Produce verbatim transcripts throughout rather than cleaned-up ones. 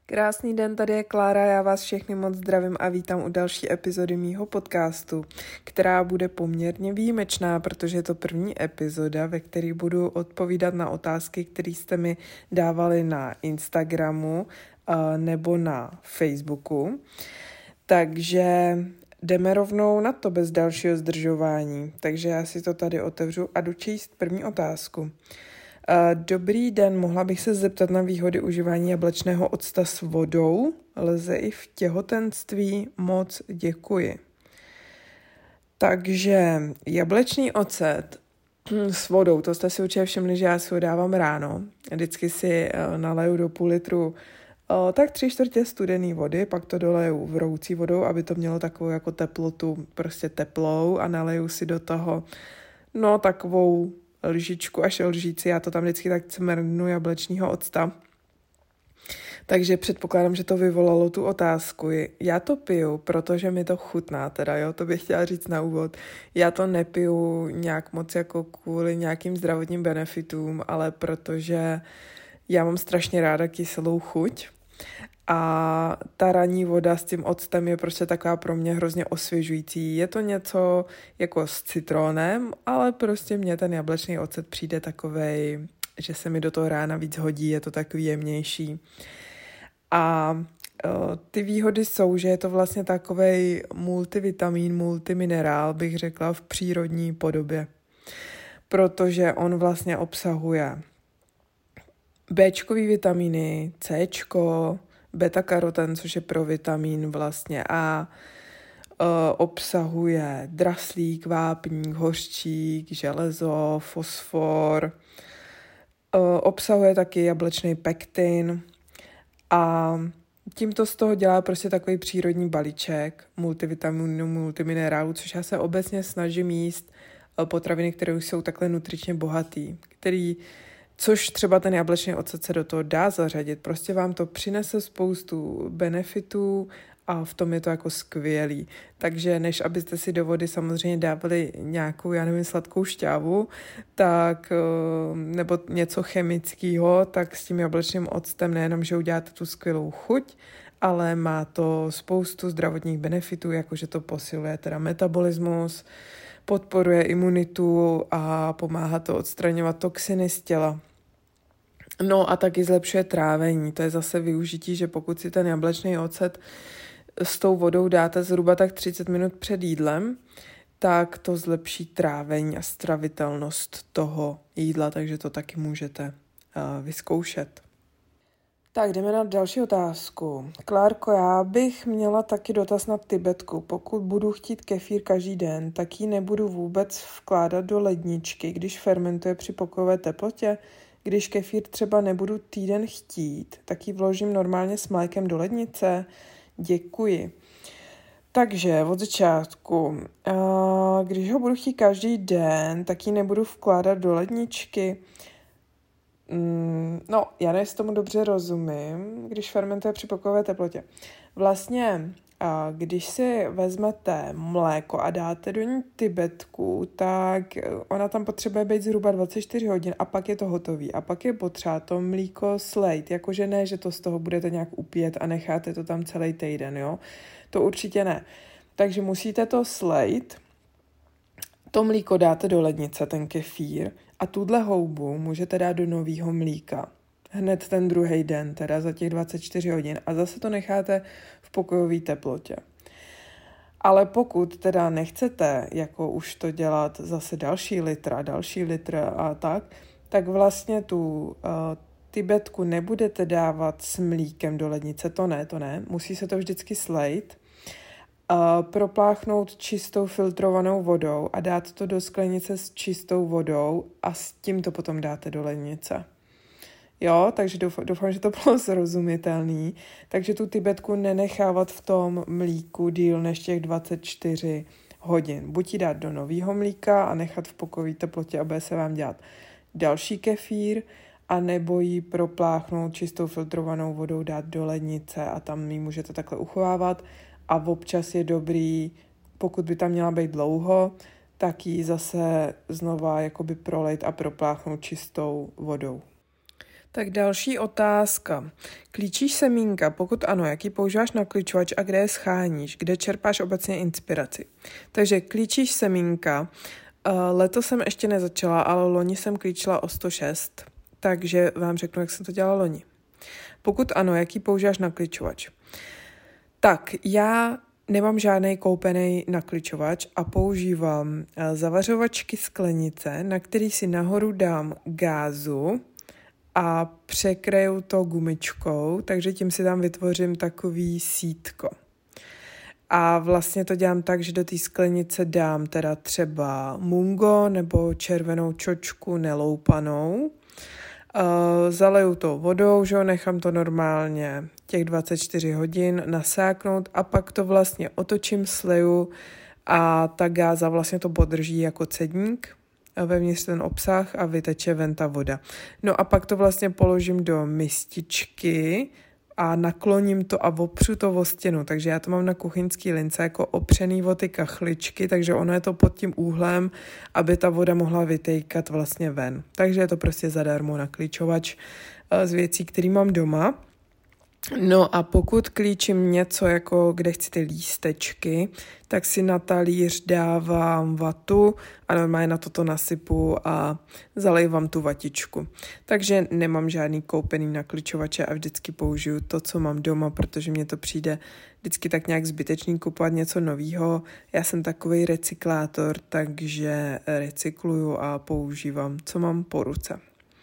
Krásný den, tady je Klára, já vás všechny moc zdravím a vítám u další epizody mýho podcastu, která bude poměrně výjimečná, protože je to první epizoda, ve které budu odpovídat na otázky, které jste mi dávali na Instagramu nebo na Facebooku. Takže jdeme rovnou na to bez dalšího zdržování, takže já si to tady otevřu a jdu číst první otázku. Dobrý den, mohla bych se zeptat na výhody užívání jablečného octa s vodou? Lze i v těhotenství? Moc děkuji. Takže jablečný ocet s vodou, to jste si určitě všimli, že já si ho dávám ráno. Vždycky si naleju do půl litru tak tři čtvrtě studený vody, pak to doleju vroucí vodou, aby to mělo takovou jako teplotu, prostě teplou a naleju si do toho no takovou lžičku až lžíci, já to tam vždycky tak cmrnu jablečního octa. Takže předpokládám, že to vyvolalo tu otázku. Já to piju, protože mi to chutná teda, jo, to bych chtěla říct na úvod. Já to nepiju nějak moc jako kvůli nějakým zdravotním benefitům, ale protože já mám strašně ráda kyselou chuť. A ta ranní voda s tím octem je prostě taková pro mě hrozně osvěžující. Je to něco jako s citronem, ale prostě mně ten jablečný ocet přijde takovej, že se mi do toho rána víc hodí, je to takový jemnější. A o, ty výhody jsou, že je to vlastně takovej multivitamin, multiminerál, bych řekla, v přírodní podobě. Protože on vlastně obsahuje Bčkový vitamíny, Cčko, beta-karoten, což je provitamín vlastně a e, obsahuje draslík, vápník, hořčík, železo, fosfor, e, obsahuje taky jablečný pektin a tímto z toho dělá prostě takový přírodní balíček multivitaminů, multiminerálů, což já se obecně snažím jíst potraviny, které už jsou takhle nutričně bohatý, který což třeba ten jablečný ocet se do toho dá zařadit. Prostě vám to přinese spoustu benefitů a v tom je to jako skvělý. Takže než abyste si do vody samozřejmě dávali nějakou, já nevím, sladkou šťávu, tak, nebo něco chemického, tak s tím jablečným octem nejenom, že uděláte tu skvělou chuť, ale má to spoustu zdravotních benefitů, jakože to posiluje teda metabolismus, podporuje imunitu a pomáhá to odstraňovat toxiny z těla. No a taky zlepšuje trávení. To je zase využití, že pokud si ten jablečný ocet s tou vodou dáte zhruba tak třicet minut před jídlem, tak to zlepší trávení a stravitelnost toho jídla, takže to taky můžete uh, vyzkoušet. Tak jdeme na další otázku. Klárko, já bych měla taky dotaz na Tibetku. Pokud budu chtít kefír každý den, tak ji nebudu vůbec vkládat do ledničky, když fermentuje při pokojové teplotě. Když kefír třeba nebudu týden chtít, tak ji vložím normálně s mlékem do lednice. Děkuji. Takže od začátku, když ho budu chtít každý den, tak ji nebudu vkládat do ledničky. No, já nevím, jestli tomu dobře rozumím, když fermentuje při pokojové teplotě. Vlastně, když si vezmete mléko a dáte do ní Tibetku, tak ona tam potřebuje být zhruba dvacet čtyři hodin a pak je to hotový. A pak je potřeba to mlíko slejt, jakože ne, že to z toho budete nějak upít a necháte to tam celý týden, jo. To určitě ne. Takže musíte to slejt, to mlíko dáte do lednice, ten kefír, a tuhle houbu můžete dát do nového mlíka. Hned ten druhý den, teda za těch dvacet čtyři hodin a zase to necháte v pokojové teplotě. Ale pokud teda nechcete jako už to dělat zase další litr a další litr a tak, tak vlastně tu uh, Tibetku nebudete dávat s mlíkem do lednice, to ne, to ne, musí se to vždycky slejt, uh, propláchnout čistou filtrovanou vodou a dát to do sklenice s čistou vodou a s tím to potom dáte do lednice. Jo, takže doufám, doufám, že to bylo srozumitelný. Takže tu Tibetku nenechávat v tom mlíku díl než těch dvacet čtyři hodin. Buď ji dát do nového mlíka a nechat v pokojové teplotě, aby se vám dělat další kefír, a nebo ji propláchnout čistou filtrovanou vodou, dát do lednice a tam ji můžete takhle uchovávat. A občas je dobrý, pokud by tam měla být dlouho, tak ji zase znova jakoby prolejt a propláchnout čistou vodou. Tak další otázka. Klíčíš semínka? Pokud ano, jaký používáš na klíčovač a kde je scháníš? Kde čerpáš obecně inspiraci? Takže klíčíš semínka. Letos jsem ještě nezačala, ale loni jsem klíčila o sto šest. Takže vám řeknu, jak jsem to dělala loni. Pokud ano, jaký používáš nakličovač? Tak, já nemám žádný koupený nakličovač a používám zavařovačky sklenice, na který si nahoru dám gázu a překryju to gumičkou, takže tím si tam vytvořím takový sítko. A vlastně to dělám tak, že do té sklenice dám teda třeba mungo nebo červenou čočku neloupanou. Uh, zaleju to vodou, že nechám to normálně těch dvacet čtyři hodin nasáknout a pak to vlastně otočím, sleju a ta gáza vlastně to podrží jako cedník vevnitř ten obsah a vyteče ven ta voda. No a pak to vlastně položím do mističky a nakloním to a opřu to o stěnu, takže já to mám na kuchyňský lince jako opřený o ty kachličky, takže ono je to pod tím úhlem, aby ta voda mohla vytejkat vlastně ven. Takže je to prostě zadarmo naklíčovač z věcí, které mám doma. No a pokud klíčím něco, jako kde chci ty lístečky, tak si na talíř dávám vatu a normálně na toto nasypu a zalejvám tu vatičku. Takže nemám žádný koupený naklíčovače a vždycky použiju to, co mám doma, protože mně to přijde vždycky tak nějak zbytečný kupovat něco novýho. Já jsem takovej recyklátor, takže recykluju a používám, co mám po ruce.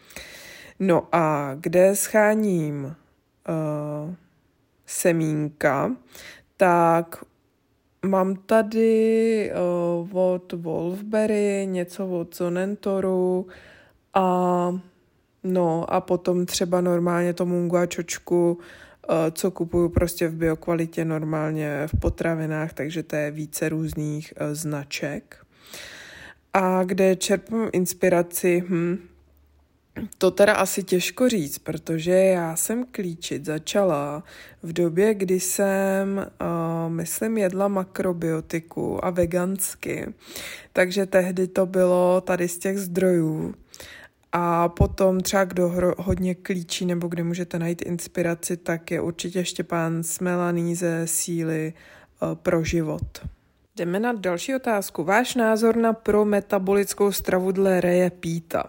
No a kde scháním Uh, semínka, tak mám tady uh, od Wolfberry, něco od Zonentoru a no a potom třeba normálně to mungo a čočku, uh, co kupuju prostě v biokvalitě normálně v potravinách, takže to je více různých uh, značek. A kde čerpám inspiraci, hm, to teda asi těžko říct, protože já jsem klíčit začala v době, kdy jsem, uh, myslím, jedla makrobiotiku a vegansky. Takže tehdy to bylo tady z těch zdrojů. A potom třeba kdo hro, hodně klíčí nebo kde můžete najít inspiraci, tak je určitě Štěpán Smelaný ze Síly uh, pro život. Jdeme na další otázku. Váš názor na prometabolickou stravu dle Reje Píta?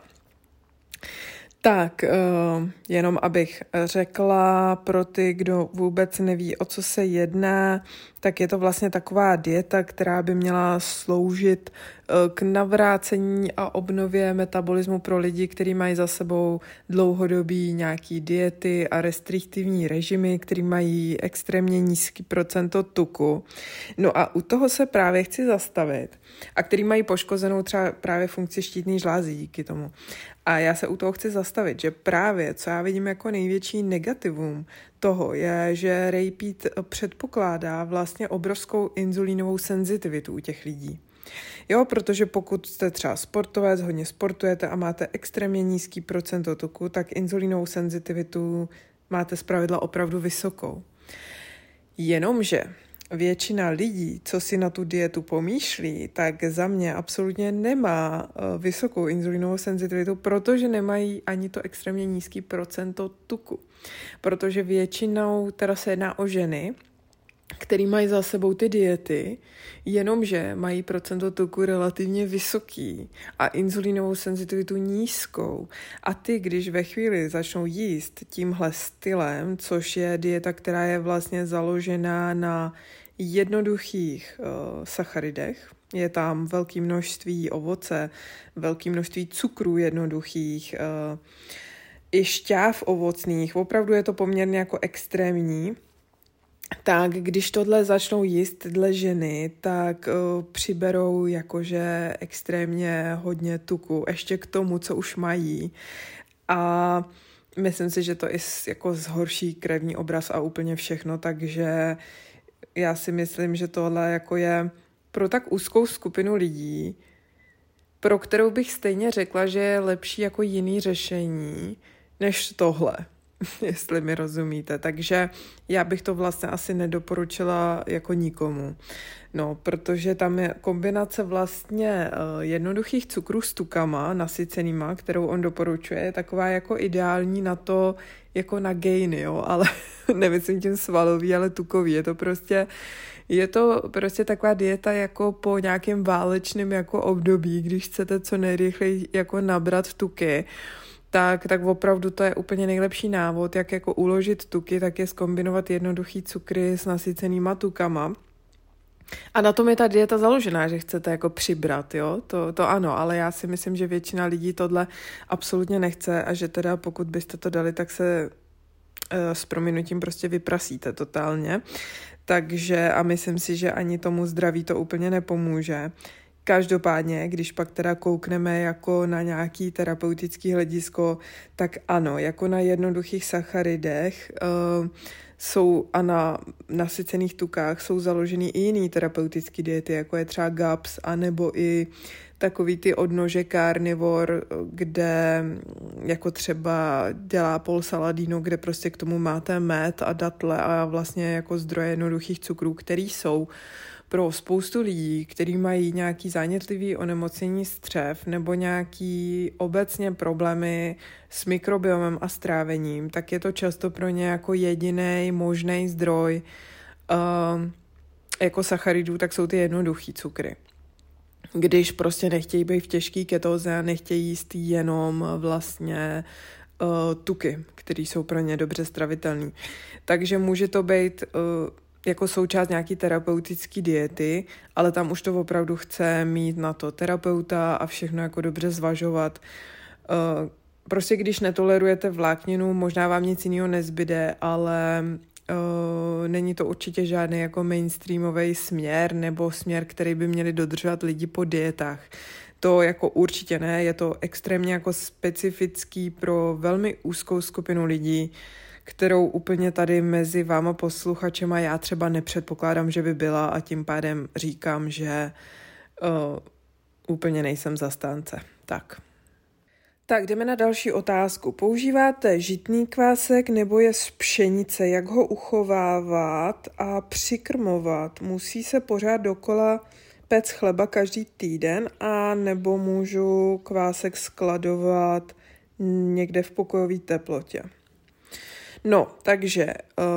Tak, uh, jenom abych řekla pro ty, kdo vůbec neví, o co se jedná, tak je to vlastně taková dieta, která by měla sloužit uh, k navrácení a obnově metabolismu pro lidi, kteří mají za sebou dlouhodobý nějaký diety a restriktivní režimy, který mají extrémně nízký procento tuku. No a u toho se právě chci zastavit a který mají poškozenou třeba právě funkci štítné žlázy díky tomu. A já se u toho chci zastavit, že právě, co já vidím jako největší negativum toho, je, že Ray Peat předpokládá vlastně obrovskou inzulínovou senzitivitu u těch lidí. Jo, protože pokud jste třeba sportovec, hodně sportujete a máte extrémně nízký procento tuku, tak inzulínovou senzitivitu máte zpravidla opravdu vysokou. Jenomže většina lidí, co si na tu dietu pomýšlí, tak za mě absolutně nemá vysokou inzulínovou senzitivitu, protože nemají ani to extrémně nízký procento tuku. Protože většinou teda se jedná o ženy, který mají za sebou ty diety, jenomže mají procento tuku relativně vysoký a inzulínovou senzitivitu nízkou. A ty, když ve chvíli začnou jíst tímhle stylem, což je dieta, která je vlastně založená na jednoduchých uh, sacharidech, je tam velké množství ovoce, velké množství cukrů jednoduchých, uh, i šťáv ovocných, opravdu je to poměrně jako extrémní, tak když tohle začnou jíst tyhle ženy, tak uh, přiberou jakože extrémně hodně tuku, ještě k tomu, co už mají. A myslím si, že to i jako zhorší krevní obraz a úplně všechno, takže já si myslím, že tohle jako je pro tak úzkou skupinu lidí, pro kterou bych stejně řekla, že je lepší jako jiný řešení než tohle. jestli mi rozumíte. Takže já bych to vlastně asi nedoporučila jako nikomu. No, protože tam je kombinace vlastně jednoduchých cukrů s tukama, nasycenýma, kterou on doporučuje, je taková jako ideální na to, jako na gainy, jo, ale nemyslím tím svalový, ale tukový. Je to prostě, je to prostě taková dieta jako po nějakém válečném jako období, když chcete co nejrychleji jako nabrat tuky, tak, tak opravdu to je úplně nejlepší návod, jak jako uložit tuky, tak je zkombinovat jednoduchý cukry s nasycenýma tukama. A na tom je ta dieta založená, že chcete jako přibrat, jo, to, to ano, ale já si myslím, že většina lidí tohle absolutně nechce a že teda pokud byste to dali, tak se e, s prominutím prostě vyprasíte totálně. Takže a myslím si, že ani tomu zdraví to úplně nepomůže. Každopádně, když pak teda koukneme jako na nějaký terapeutický hledisko, tak ano, jako na jednoduchých sacharidech uh, jsou a na nasycených tukách jsou založený i jiný terapeutický diety, jako je třeba G A P S, anebo i takový ty odnože carnivore, kde jako třeba dělá Paul Saladino, kde prostě k tomu máte med a datle a vlastně jako zdroje jednoduchých cukrů, který jsou pro spoustu lidí, kteří mají nějaký zánětlivý onemocnění střev nebo nějaký obecně problémy s mikrobiomem a strávením, tak je to často pro ně jako jediný možný zdroj uh, jako sacharidů, tak jsou ty jednoduchý cukry. Když prostě nechtějí být v těžký ketóze a nechtějí jíst jenom vlastně uh, tuky, které jsou pro ně dobře stravitelné. Takže může to být uh, jako součást nějaký terapeutický diety, ale tam už to opravdu chce mít na to terapeuta a všechno jako dobře zvažovat. Uh, prostě když netolerujete vlákninu, možná vám nic jiného nezbyde, ale Uh, není to určitě žádný jako mainstreamový směr nebo směr, který by měli dodržovat lidi po dietách. To jako určitě ne, je to extrémně jako specifický pro velmi úzkou skupinu lidí, kterou úplně tady mezi váma posluchačema já třeba nepředpokládám, že by byla a tím pádem říkám, že uh, úplně nejsem zastánce. Tak. Tak, jdeme na další otázku. Používáte žitný kvásek nebo je z pšenice? Jak ho uchovávat a přikrmovat? Musí se pořád dokola péct chleba každý týden a nebo můžu kvásek skladovat někde v pokojové teplotě? No, takže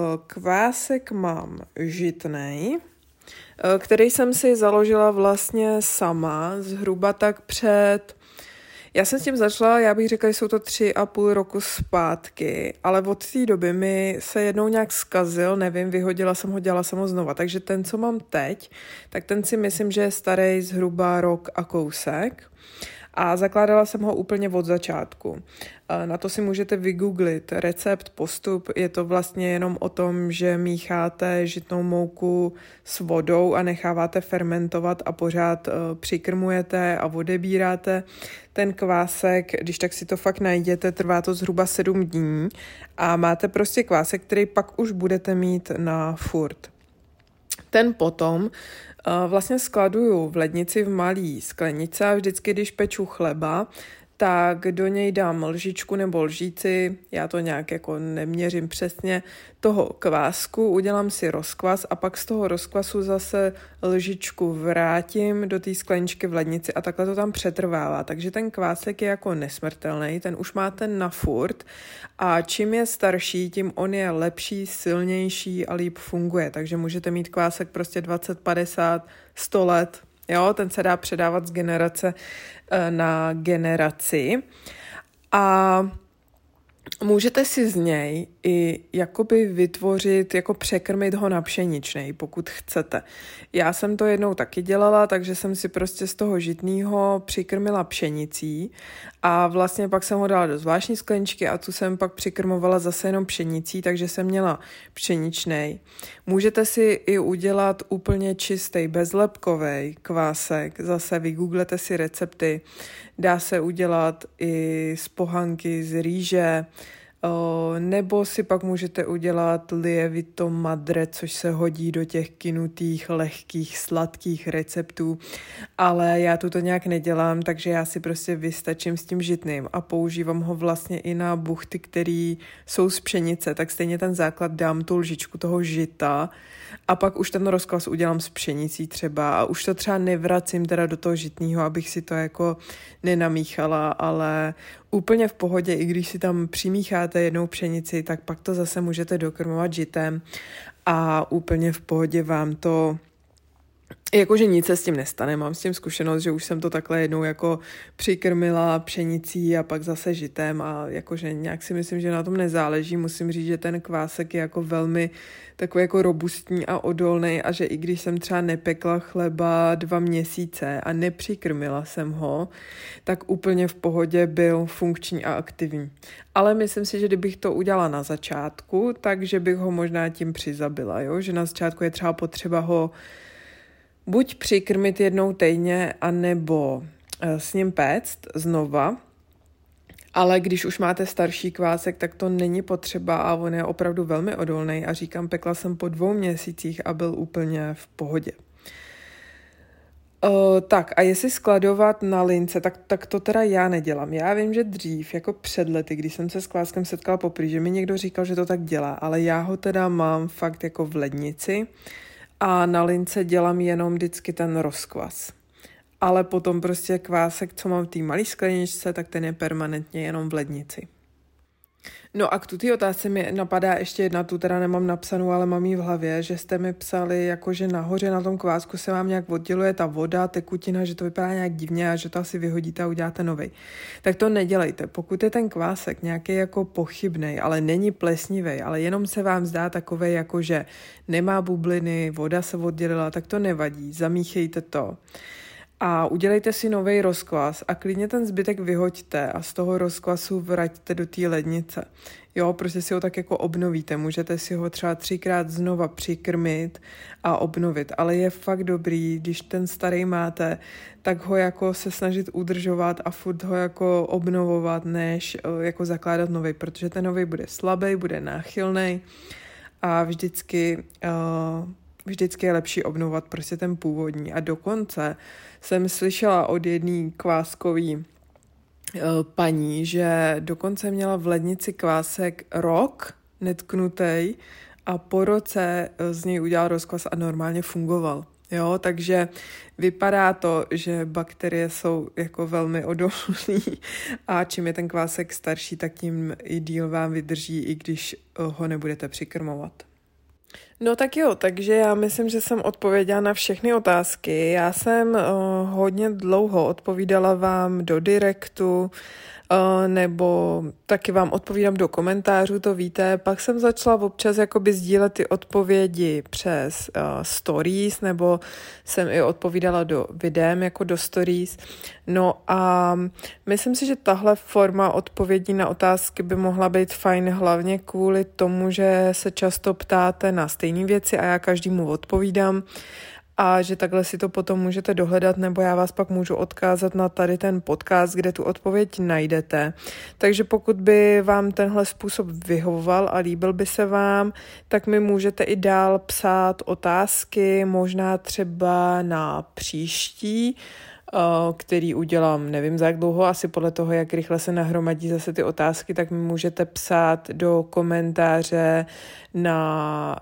kvásek mám žitnej, který jsem si založila vlastně sama zhruba tak před... Já jsem s tím začala, já bych řekla, že jsou to tři a půl roku zpátky, ale od té doby mi se jednou nějak zkazil, nevím, vyhodila jsem ho, dělala jsem ho znova. Takže ten, co mám teď, tak ten si myslím, že je starý zhruba rok a kousek. A zakládala jsem ho úplně od začátku. Na to si můžete vygooglit recept, postup. Je to vlastně jenom o tom, že mícháte žitnou mouku s vodou a necháváte fermentovat a pořád přikrmujete a odebíráte ten kvásek. Když tak si to fakt najděte, trvá to zhruba sedm dní a máte prostě kvásek, který pak už budete mít na furt. Ten potom vlastně skladuju v lednici v malý sklenici a vždycky, když peču chleba, tak do něj dám lžičku nebo lžíci, já to nějak jako neměřím přesně, toho kvásku, udělám si rozkvas a pak z toho rozkvasu zase lžičku vrátím do té skleničky v lednici a takhle to tam přetrvává. Takže ten kvásek je jako nesmrtelný, ten už máte na furt a čím je starší, tím on je lepší, silnější a líp funguje. Takže můžete mít kvásek prostě dvacet, padesát, sto let. Jo, ten se dá předávat z generace na generaci a můžete si z něj i jakoby vytvořit, jako překrmit ho na pšeničnej, pokud chcete. Já jsem to jednou taky dělala, takže jsem si prostě z toho žitného přikrmila pšenicí a vlastně pak jsem ho dala do zvláštní skleničky a tu jsem pak přikrmovala zase jenom pšenicí, takže jsem měla pšeničnej. Můžete si i udělat úplně čistý, bezlepkovej kvásek, zase vygooglete si recepty, dá se udělat i z pohanky, z rýže, O, nebo si pak můžete udělat lievito madre, což se hodí do těch kynutých, lehkých, sladkých receptů, ale já tu to nějak nedělám, takže já si prostě vystačím s tím žitným a používám ho vlastně i na buchty, které jsou z pšenice, tak stejně ten základ dám tu lžičku toho žita a pak už ten rozkvas udělám s pšenicí třeba a už to třeba nevracím teda do toho žitného, abych si to jako nenamíchala, ale úplně v pohodě, i když si tam přimícháte jednou pšenici, tak pak to zase můžete dokrmovat žitem a úplně v pohodě vám to, jakože nic se s tím nestane, mám s tím zkušenost, že už jsem to takhle jednou jako přikrmila pšenicí a pak zase žitem a jakože nějak si myslím, že na tom nezáleží, musím říct, že ten kvásek je jako velmi takový jako robustní a odolný a že i když jsem třeba nepekla chleba dva měsíce a nepřikrmila jsem ho, tak úplně v pohodě byl funkční a aktivní. Ale myslím si, že kdybych to udělala na začátku, takže bych ho možná tím přizabila, jo? Že na začátku je třeba potřeba ho buď přikrmit jednou týdně, anebo s ním péct znova, ale když už máte starší kvásek, tak to není potřeba a on je opravdu velmi odolný a říkám, pekla jsem po dvou měsících a byl úplně v pohodě. Uh, tak a jestli skladovat na lince, tak, tak to teda já nedělám. Já vím, že dřív, jako před lety, když jsem se s kváskem setkala poprvé, že mi někdo říkal, že to tak dělá, ale já ho teda mám fakt jako v lednici a na lince dělám jenom vždycky ten rozkvas. Ale potom prostě kvásek, co mám v té malé skleničce, tak ten je permanentně jenom v lednici. No a k tuto otázce mi napadá ještě jedna, tu teda nemám napsanou, ale mám ji v hlavě, že jste mi psali, jakože nahoře na tom kvásku se vám nějak odděluje ta voda, tekutina, že to vypadá nějak divně a že to asi vyhodíte a uděláte novej. Tak to nedělejte. Pokud je ten kvásek nějaký jako pochybnej, ale není plesnivý, ale jenom se vám zdá takovej, jakože nemá bubliny, voda se oddělila, tak to nevadí. Zamíchejte to. A udělejte si nový rozkvas a klidně ten zbytek vyhoďte a z toho rozkvasu vraťte do té lednice. Jo, prostě si ho tak jako obnovíte. Můžete si ho třeba třikrát znova přikrmit a obnovit. Ale je fakt dobrý, když ten starý máte, tak ho jako se snažit udržovat a furt ho jako obnovovat, než jako zakládat nový, protože ten nový bude slabý, bude náchylný a vždycky... Uh, Vždycky je lepší obnovovat prostě ten původní. A dokonce jsem slyšela od jedné kváskový uh, paní, že dokonce měla v lednici kvásek rok netknutý a po roce z něj udělal rozkvas a normálně fungoval. Jo, takže vypadá to, že bakterie jsou jako velmi odolný a čím je ten kvásek starší, tak tím i díl vám vydrží, i když ho nebudete přikrmovat. No tak jo, takže já myslím, že jsem odpověděla na všechny otázky. Já jsem uh, hodně dlouho odpovídala vám do direktu, uh, nebo taky vám odpovídám do komentářů, to víte. Pak jsem začala občas jakoby sdílet ty odpovědi přes uh, stories, nebo jsem i odpovídala do videem jako do stories. No a myslím si, že tahle forma odpovědí na otázky by mohla být fajn hlavně kvůli tomu, že se často ptáte na stejné věci a já každému odpovídám a že takhle si to potom můžete dohledat, nebo já vás pak můžu odkázat na tady ten podcast, kde tu odpověď najdete. Takže pokud by vám tenhle způsob vyhovoval a líbil by se vám, tak mi můžete i dál psát otázky, možná třeba na příští, který udělám, nevím za jak dlouho, asi podle toho, jak rychle se nahromadí zase ty otázky, tak mi můžete psát do komentáře na,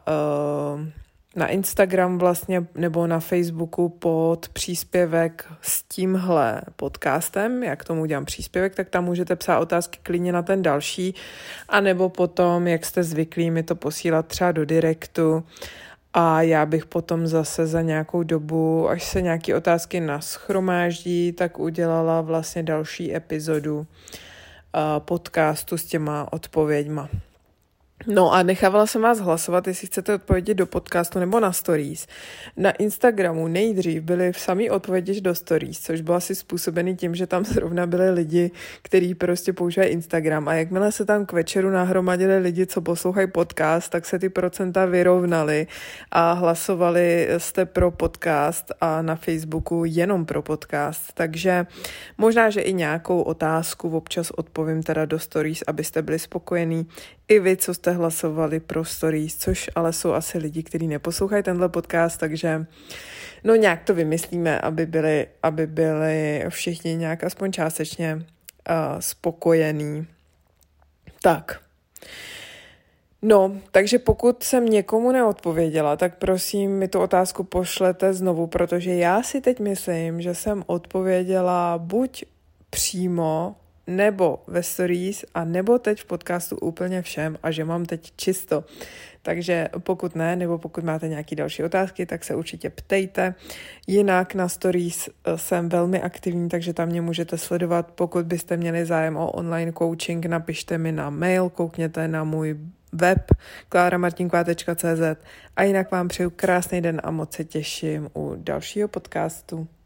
na Instagram vlastně, nebo na Facebooku pod příspěvek s tímhle podcastem, jak tomu udělám příspěvek, tak tam můžete psát otázky klidně na ten další, anebo potom, jak jste zvyklí, mi to posílat třeba do direktu. A já bych potom zase za nějakou dobu, až se nějaké otázky nashromáždí, tak udělala vlastně další epizodu podcastu s těma odpověďma. No a nechávala jsem vás hlasovat, jestli chcete odpovědět do podcastu nebo na stories. Na Instagramu nejdřív byly v samý odpovědi do stories, což bylo asi způsobený tím, že tam zrovna byli lidi, kteří prostě používají Instagram. A jakmile se tam k večeru nahromadili lidi, co poslouchají podcast, tak se ty procenta vyrovnaly a hlasovali jste pro podcast a na Facebooku jenom pro podcast. Takže možná, že i nějakou otázku občas odpovím teda do stories, abyste byli spokojení. I vy, co jste hlasovali pro stories, což ale jsou asi lidi, kteří neposlouchají tenhle podcast, takže no nějak to vymyslíme, aby byli, aby byli všichni nějak aspoň částečně uh, spokojení. Tak. No, takže pokud jsem někomu neodpověděla, tak prosím mi tu otázku pošlete znovu, protože já si teď myslím, že jsem odpověděla buď přímo nebo ve stories a nebo teď v podcastu úplně všem a že mám teď čisto. Takže pokud ne, nebo pokud máte nějaké další otázky, tak se určitě ptejte. Jinak na stories jsem velmi aktivní, takže tam mě můžete sledovat. Pokud byste měli zájem o online coaching, napište mi na mail, koukněte na můj web klára martinková tečka cé zet a jinak vám přeju krásný den a moc se těším u dalšího podcastu.